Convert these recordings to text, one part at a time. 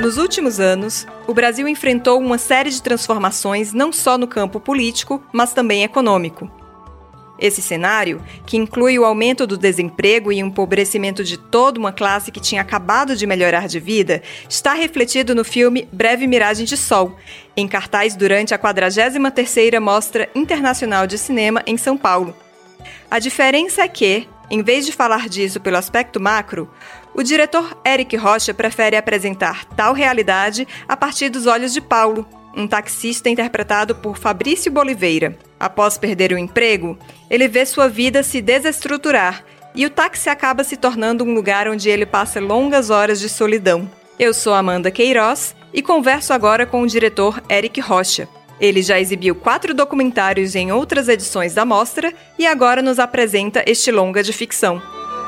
Nos últimos anos, o Brasil enfrentou uma série de transformações não só no campo político, mas também econômico. Esse cenário, que inclui o aumento do desemprego e o empobrecimento de toda uma classe que tinha acabado de melhorar de vida, está refletido no filme Breve Miragem de Sol, em cartaz durante a 43ª Mostra Internacional de Cinema em São Paulo. A diferença é que, em vez de falar disso pelo aspecto macro, o diretor Éric Rocha prefere apresentar tal realidade a partir dos olhos de Paulo, um taxista interpretado por Fabrício Boliveira. Após perder o emprego, ele vê sua vida se desestruturar e o táxi acaba se tornando um lugar onde ele passa longas horas de solidão. Eu sou Amanda Queiroz e converso agora com o diretor Éric Rocha. Ele já exibiu 4 documentários em outras edições da mostra e agora nos apresenta este longa de ficção.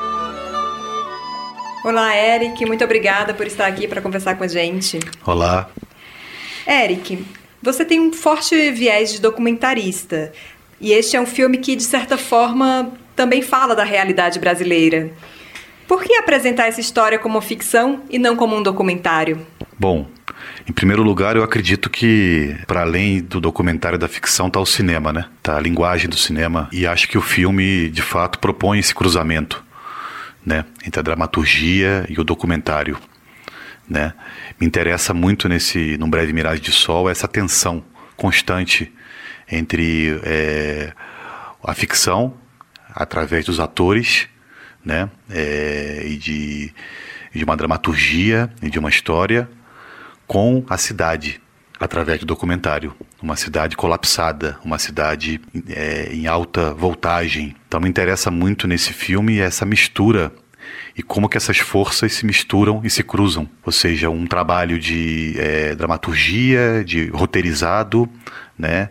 Olá, Éric. Muito obrigada por estar aqui para conversar com a gente. Olá. Éric, você tem um forte viés de documentarista. E este é um filme que, de certa forma, também fala da realidade brasileira. Por que apresentar essa história como ficção e não como um documentário? Bom, em primeiro lugar, eu acredito que, para além do documentário da ficção, está o cinema, né? Está a linguagem do cinema. E acho que o filme, de fato, propõe esse cruzamento, né, entre a dramaturgia e o documentário, né? Me interessa muito num Breve Miragem de Sol essa tensão constante entre a ficção, através dos atores, né, e de uma dramaturgia e de uma história, com a cidade, através do documentário. Uma cidade colapsada, uma cidade em alta voltagem. Então me interessa muito nesse filme essa mistura e como que essas forças se misturam e se cruzam. Ou seja, um trabalho de dramaturgia, de roteirizado, né,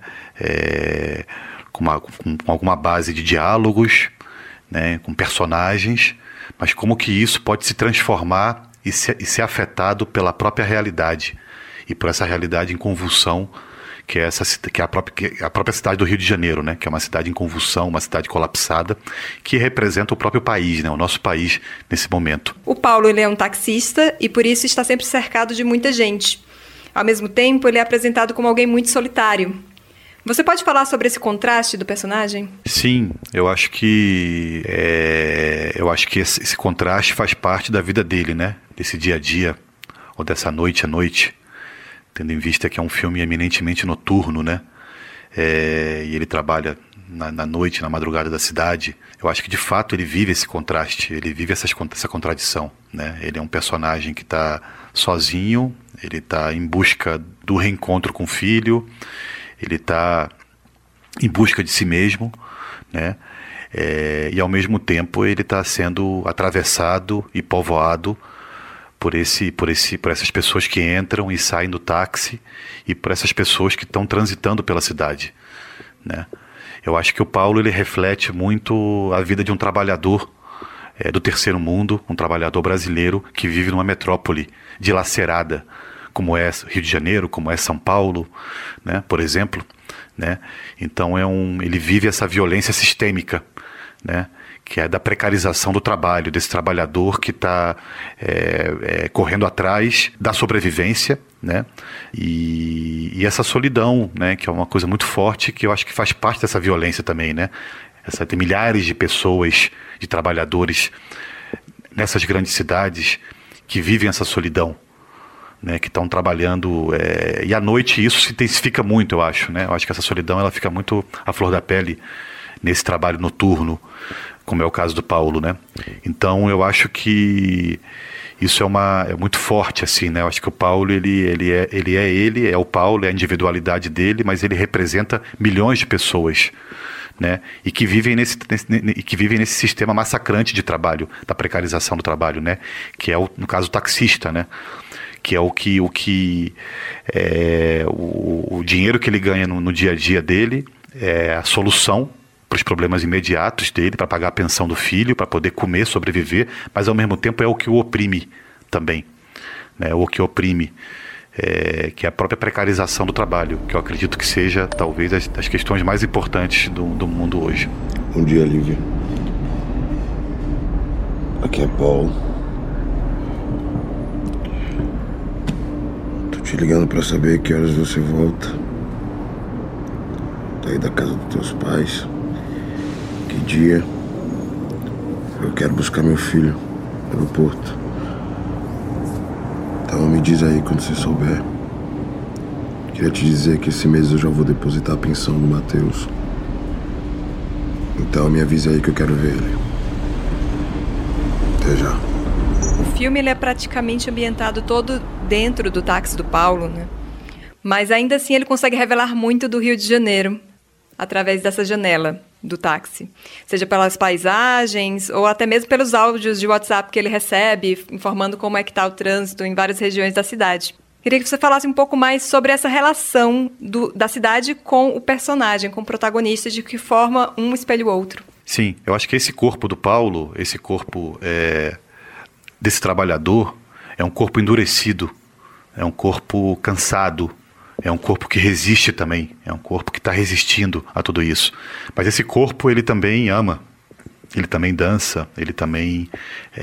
com alguma base de diálogos, né, com personagens, mas como que isso pode se transformar e ser afetado pela própria realidade, e por essa realidade em convulsão, que é a própria cidade do Rio de Janeiro, né? Que é uma cidade em convulsão, uma cidade colapsada, que representa o próprio país, né? O nosso país nesse momento. O Paulo, ele é um taxista e por isso está sempre cercado de muita gente. Ao mesmo tempo, ele é apresentado como alguém muito solitário. Você pode falar sobre esse contraste do personagem? Sim, eu acho que esse contraste faz parte da vida dele, né? Desse dia a dia, ou dessa noite a noite, tendo em vista que é um filme eminentemente noturno, né? E ele trabalha na noite, na madrugada da cidade. Eu acho que, de fato, ele vive esse contraste, ele vive essa contradição, né? Ele é um personagem que está sozinho, ele está em busca do reencontro com o filho, ele está em busca de si mesmo, né? E, ao mesmo tempo, ele está sendo atravessado e povoado por essas pessoas que entram e saem do táxi e por essas pessoas que estão transitando pela cidade, né? Eu acho que o Paulo, ele reflete muito a vida de um trabalhador do terceiro mundo, um trabalhador brasileiro que vive numa metrópole dilacerada, como é Rio de Janeiro, como é São Paulo, né, por exemplo, né? Então ele vive essa violência sistêmica, né, que é da precarização do trabalho, desse trabalhador que está correndo atrás da sobrevivência, né? E essa solidão, né, que é uma coisa muito forte, que eu acho que faz parte dessa violência também, né? Tem milhares de pessoas, de trabalhadores nessas grandes cidades que vivem essa solidão, né, que estão trabalhando, e à noite isso se intensifica muito, eu acho, né? Eu acho que essa solidão ela fica muito à flor da pele nesse trabalho noturno, como é o caso do Paulo, né? Então eu acho que isso é muito forte, assim, né? Eu acho que o Paulo, ele é o Paulo, é a individualidade dele, mas ele representa milhões de pessoas, né? E que vivem nesse sistema massacrante de trabalho, da precarização do trabalho, né? Que é, no caso, o taxista, né? Que é o dinheiro que ele ganha no dia a dia dele, é a solução para os problemas imediatos dele, para pagar a pensão do filho, para poder comer, sobreviver, mas ao mesmo tempo é o que o oprime também, né? O que oprime, que é a própria precarização do trabalho, que eu acredito que seja talvez das questões mais importantes do mundo hoje. Bom dia, Lívia. Aqui é Paulo. Tô te ligando pra saber que horas você volta. Daí da casa dos teus pais. Que dia? Eu quero buscar meu filho no aeroporto. Então me diz aí quando você souber. Queria te dizer que esse mês eu já vou depositar a pensão do Matheus. Então me avisa aí que eu quero ver ele. Até já. O filme ele é praticamente ambientado todo dentro do táxi do Paulo, né? Mas ainda assim ele consegue revelar muito do Rio de Janeiro através dessa janela do táxi. Seja pelas paisagens ou até mesmo pelos áudios de WhatsApp que ele recebe, informando como é que está o trânsito em várias regiões da cidade. Queria que você falasse um pouco mais sobre essa relação da cidade com o personagem, com o protagonista, de que forma um espelha o outro. Sim, eu acho que esse corpo do Paulo, esse corpo desse trabalhador, é um corpo endurecido, é um corpo cansado, é um corpo que resiste também, é um corpo que está resistindo a tudo isso. Mas esse corpo, ele também ama, ele também dança, ele também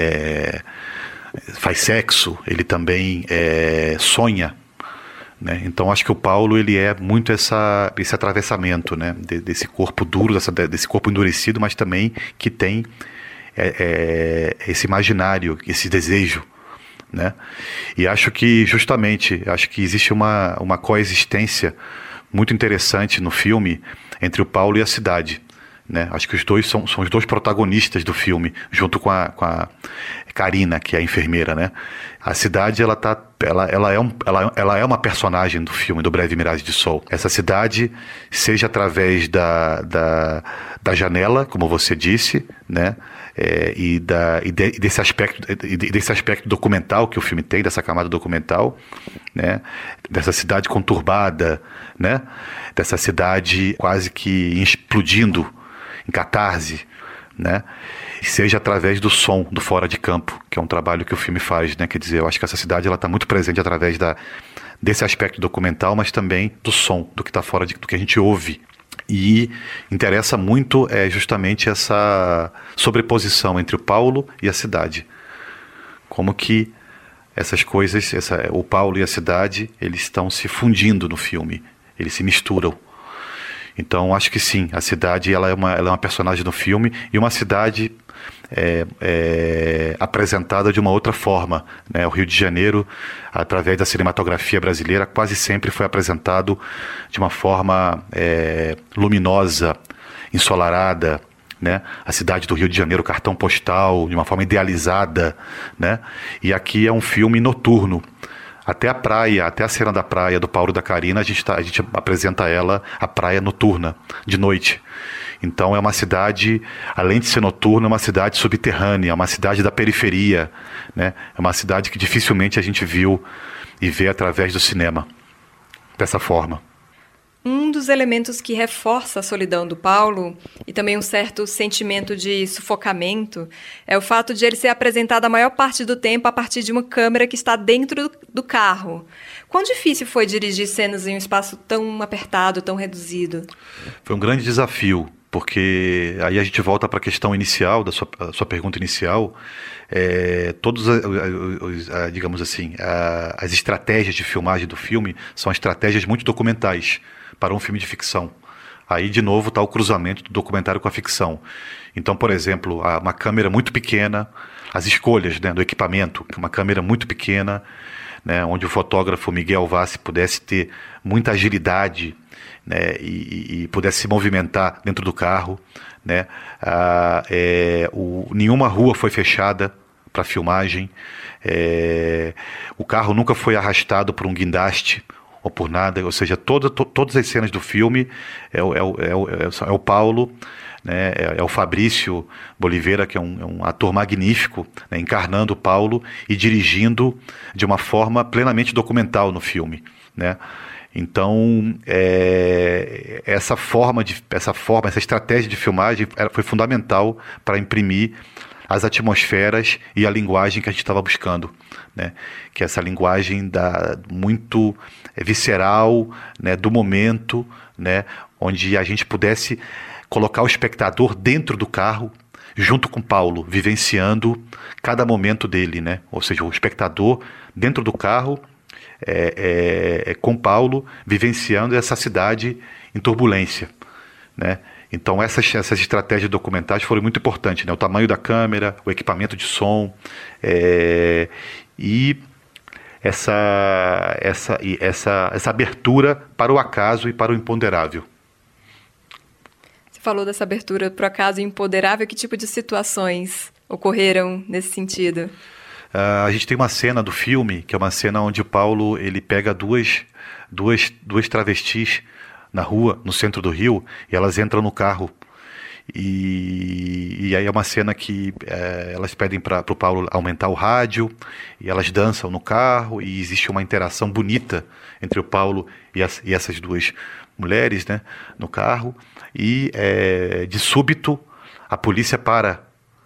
faz sexo, ele também sonha, né? Então acho que o Paulo ele é muito esse atravessamento, né? Desse corpo duro, desse corpo endurecido, mas também que tem esse imaginário, esse desejo, né? E acho que existe uma coexistência muito interessante no filme entre o Paulo e a cidade, né? Acho que os dois são os dois protagonistas do filme, junto com a Karina, que é a enfermeira, né? A cidade ela é uma personagem do filme, do Breve Miragem de Sol. Essa cidade, seja através da janela, como você disse, né? Desse aspecto documental que o filme tem, dessa camada documental, né? Dessa cidade conturbada, né? Dessa cidade quase que explodindo em catarse, né? Seja através do som do fora de campo, que é um trabalho que o filme faz, né? Quer dizer, eu acho que essa cidade ela está muito presente através desse aspecto documental, mas também do som, do que está fora do que a gente ouve. E interessa muito justamente essa sobreposição entre o Paulo e a cidade. Como que essas coisas, o Paulo e a cidade, eles estão se fundindo no filme, eles se misturam. Então acho que sim, a cidade ela é uma personagem no filme e uma cidade apresentada de uma outra forma, né? O Rio de Janeiro, através da cinematografia brasileira, quase sempre foi apresentado de uma forma luminosa, ensolarada, né? A cidade do Rio de Janeiro, cartão postal, de uma forma idealizada, né? E aqui é um filme noturno. Até a praia, até a cena da praia do Paulo e da Karina, a gente apresenta a praia noturna, de noite. Então é uma cidade, além de ser noturna, é uma cidade subterrânea, é uma cidade da periferia, né? É uma cidade que dificilmente a gente viu e vê através do cinema, dessa forma. Um dos elementos que reforça a solidão do Paulo e também um certo sentimento de sufocamento é o fato de ele ser apresentado a maior parte do tempo a partir de uma câmera que está dentro do carro. Quão difícil foi dirigir cenas em um espaço tão apertado, tão reduzido? Foi um grande desafio, porque aí a gente volta para a questão inicial, da sua pergunta inicial. Digamos assim, as estratégias de filmagem do filme são estratégias muito documentais para um filme de ficção. Aí, de novo, está o cruzamento do documentário com a ficção. Então, por exemplo, uma câmera muito pequena, as escolhas, né, do equipamento, uma câmera muito pequena, né, onde o fotógrafo Miguel Vassi pudesse ter muita agilidade, né, e pudesse se movimentar dentro do carro, né. Nenhuma rua foi fechada para filmagem, o carro nunca foi arrastado por um guindaste ou por nada, ou seja, todas as cenas do filme é o Paulo, né, é o Fabrício Boliveira, que é um ator magnífico, né, encarnando o Paulo e dirigindo de uma forma plenamente documental no filme, né? Então, essa estratégia de filmagem foi fundamental para imprimir as atmosferas e a linguagem que a gente estava buscando, né? Que é essa linguagem muito visceral, né, do momento, né, onde a gente pudesse colocar o espectador dentro do carro, junto com Paulo, vivenciando cada momento dele, né? Ou seja, o espectador dentro do carro, com Paulo vivenciando essa cidade em turbulência, né? Então essas estratégias documentais foram muito importantes, né? O tamanho da câmera, o equipamento de som, e essa abertura para o acaso e para o imponderável. Você falou dessa abertura para o acaso e imponderável. Que tipo de situações ocorreram nesse sentido? A gente tem uma cena do filme, que é uma cena onde o Paulo ele pega duas travestis na rua, no centro do Rio, e elas entram no carro. E aí é uma cena que elas pedem para o Paulo aumentar o rádio, e elas dançam no carro, e existe uma interação bonita entre o Paulo e essas duas mulheres, né, no carro. E de súbito a polícia para,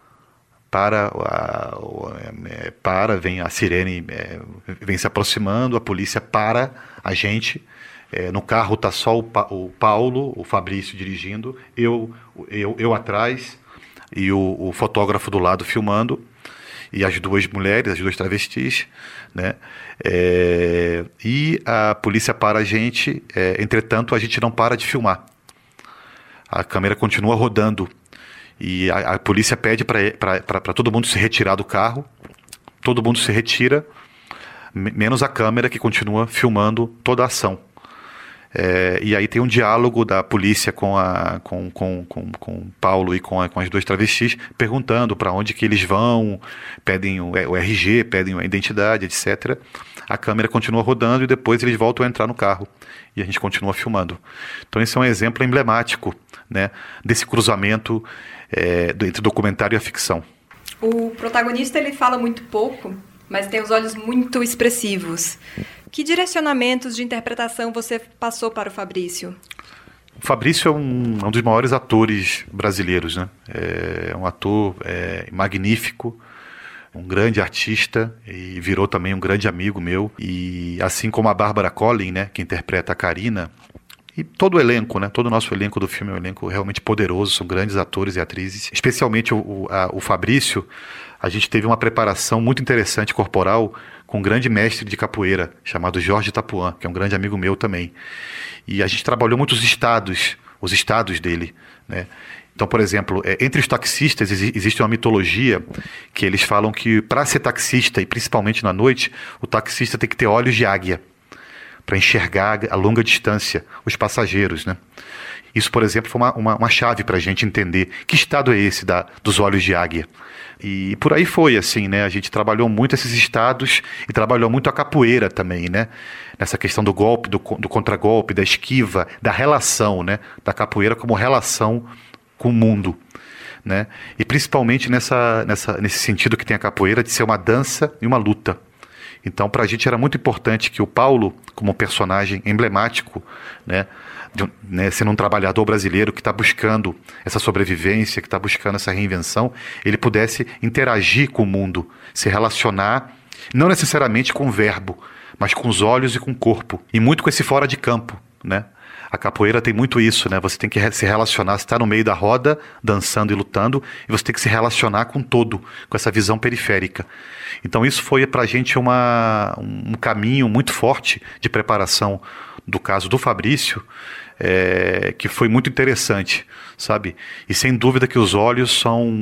vem a sirene, vem se aproximando, a polícia para a gente. No carro está só o Paulo, o Fabrício dirigindo, eu atrás e o fotógrafo do lado filmando, e as duas mulheres, as duas travestis, né? E a polícia para a gente, entretanto a gente não para de filmar. A câmera continua rodando e a polícia pede para todo mundo se retirar do carro. Todo mundo se retira, menos a câmera, que continua filmando toda a ação. E aí tem um diálogo da polícia com o Paulo e com as duas travestis, perguntando para onde que eles vão, pedem o RG, pedem a identidade, etc. A câmera continua rodando e depois eles voltam a entrar no carro e a gente continua filmando. Então esse é um exemplo emblemático, né, desse cruzamento entre documentário e a ficção. O protagonista ele fala muito pouco, mas tem os olhos muito expressivos. Que direcionamentos de interpretação você passou para o Fabrício? O Fabrício é um dos maiores atores brasileiros, né? É um ator magnífico, um grande artista, e virou também um grande amigo meu. E assim como a Bárbara Collin, né, que interpreta a Karina, e todo o elenco, né? Todo o nosso elenco do filme é um elenco realmente poderoso, são grandes atores e atrizes. Especialmente o Fabrício, a gente teve uma preparação muito interessante corporal com um grande mestre de capoeira, chamado Jorge Tapuã, que é um grande amigo meu também. E a gente trabalhou muito os estados dele, né? Então, por exemplo, entre os taxistas existe uma mitologia que eles falam que para ser taxista, e principalmente na noite, o taxista tem que ter olhos de águia, para enxergar a longa distância os passageiros, né? Isso, por exemplo, foi uma chave para a gente entender que estado é esse dos olhos de águia. E por aí foi, assim, né? A gente trabalhou muito esses estados e trabalhou muito a capoeira também, né? Nessa questão do golpe, do contragolpe, da esquiva, da relação, né? Da capoeira como relação com o mundo, né? E principalmente nesse sentido que tem a capoeira de ser uma dança e uma luta. Então, para a gente era muito importante que o Paulo, como personagem emblemático, né, sendo um trabalhador brasileiro que está buscando essa sobrevivência, que está buscando essa reinvenção, ele pudesse interagir com o mundo, se relacionar, não necessariamente com o verbo, mas com os olhos e com o corpo, e muito com esse fora de campo, né? A capoeira tem muito isso, né? Você tem que se relacionar, você está no meio da roda, dançando e lutando, e você tem que se relacionar com todo, com essa visão periférica. Então isso foi para a gente um caminho muito forte de preparação do caso do Fabrício, que foi muito interessante, sabe? E sem dúvida que os olhos são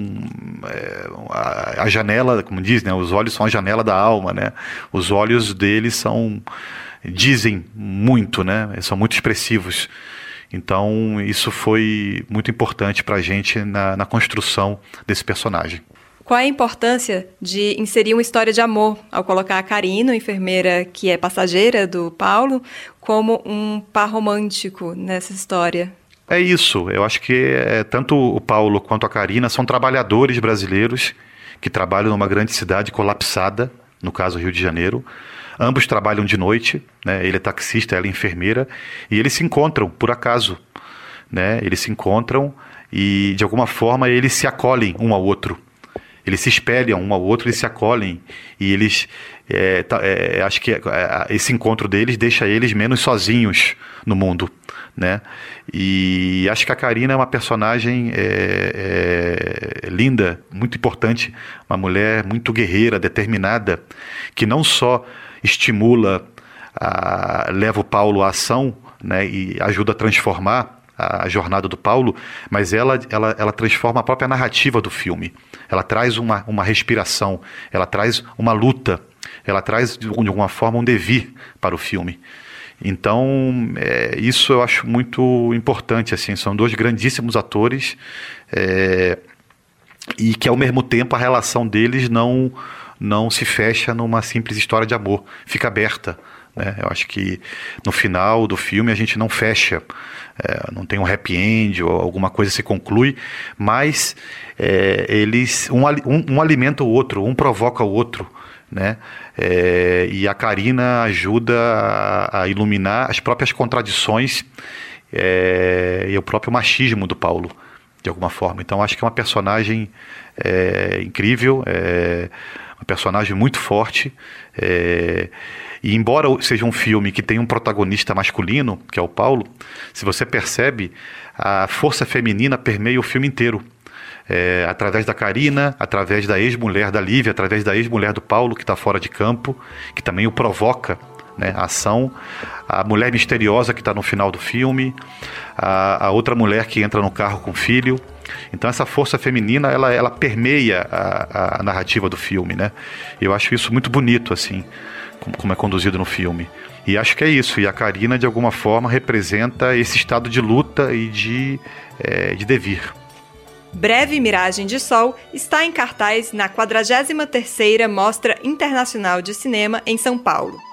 a janela, como diz, né? Os olhos são a janela da alma, né? Os olhos deles dizem muito, né? São muito expressivos. Então isso foi muito importante para a gente na construção desse personagem. Qual é a importância de inserir uma história de amor ao colocar a Karina, enfermeira que é passageira do Paulo, como um par romântico nessa história? É isso. Eu acho que tanto o Paulo quanto a Karina são trabalhadores brasileiros que trabalham numa grande cidade colapsada, no caso Rio de Janeiro. Ambos trabalham de noite, né? Ele é taxista, ela é enfermeira, e eles se encontram por acaso, né? Eles se encontram e de alguma forma eles se acolhem um ao outro. Eles se espelham um ao outro, eles se acolhem, e eles, acho que esse encontro deles deixa eles menos sozinhos no mundo, né? E acho que a Karina é uma personagem linda, muito importante, uma mulher muito guerreira, determinada, que não só estimula leva o Paulo à ação, né, e ajuda a transformar a jornada do Paulo, mas ela transforma a própria narrativa do filme. Ela traz uma respiração, ela traz uma luta, ela traz de alguma forma um devir para o filme. Então, isso eu acho muito importante, assim, são dois grandíssimos atores, e que ao mesmo tempo a relação deles não se fecha numa simples história de amor, fica aberta, né? Eu acho que no final do filme a gente não fecha, não tem um happy end ou alguma coisa se conclui, mas eles um alimenta o outro, um provoca o outro, né? E a Karina ajuda a iluminar as próprias contradições e o próprio machismo do Paulo, de alguma forma. Então acho que é uma personagem incrível, uma personagem muito forte, e embora seja um filme que tem um protagonista masculino, que é o Paulo, se você percebe, a força feminina permeia o filme inteiro. Através da Karina, através da ex-mulher da Lívia, através da ex-mulher do Paulo, que está fora de campo, que também o provoca, né, a ação, a mulher misteriosa que está no final do filme, a outra mulher que entra no carro com o filho. Então essa força feminina, ela permeia a narrativa do filme, né? Eu acho isso muito bonito, assim, como é conduzido no filme. E acho que é isso, e a Karina de alguma forma representa esse estado de luta e de devir. Breve Miragem de Sol está em cartaz na 43ª Mostra Internacional de Cinema em São Paulo.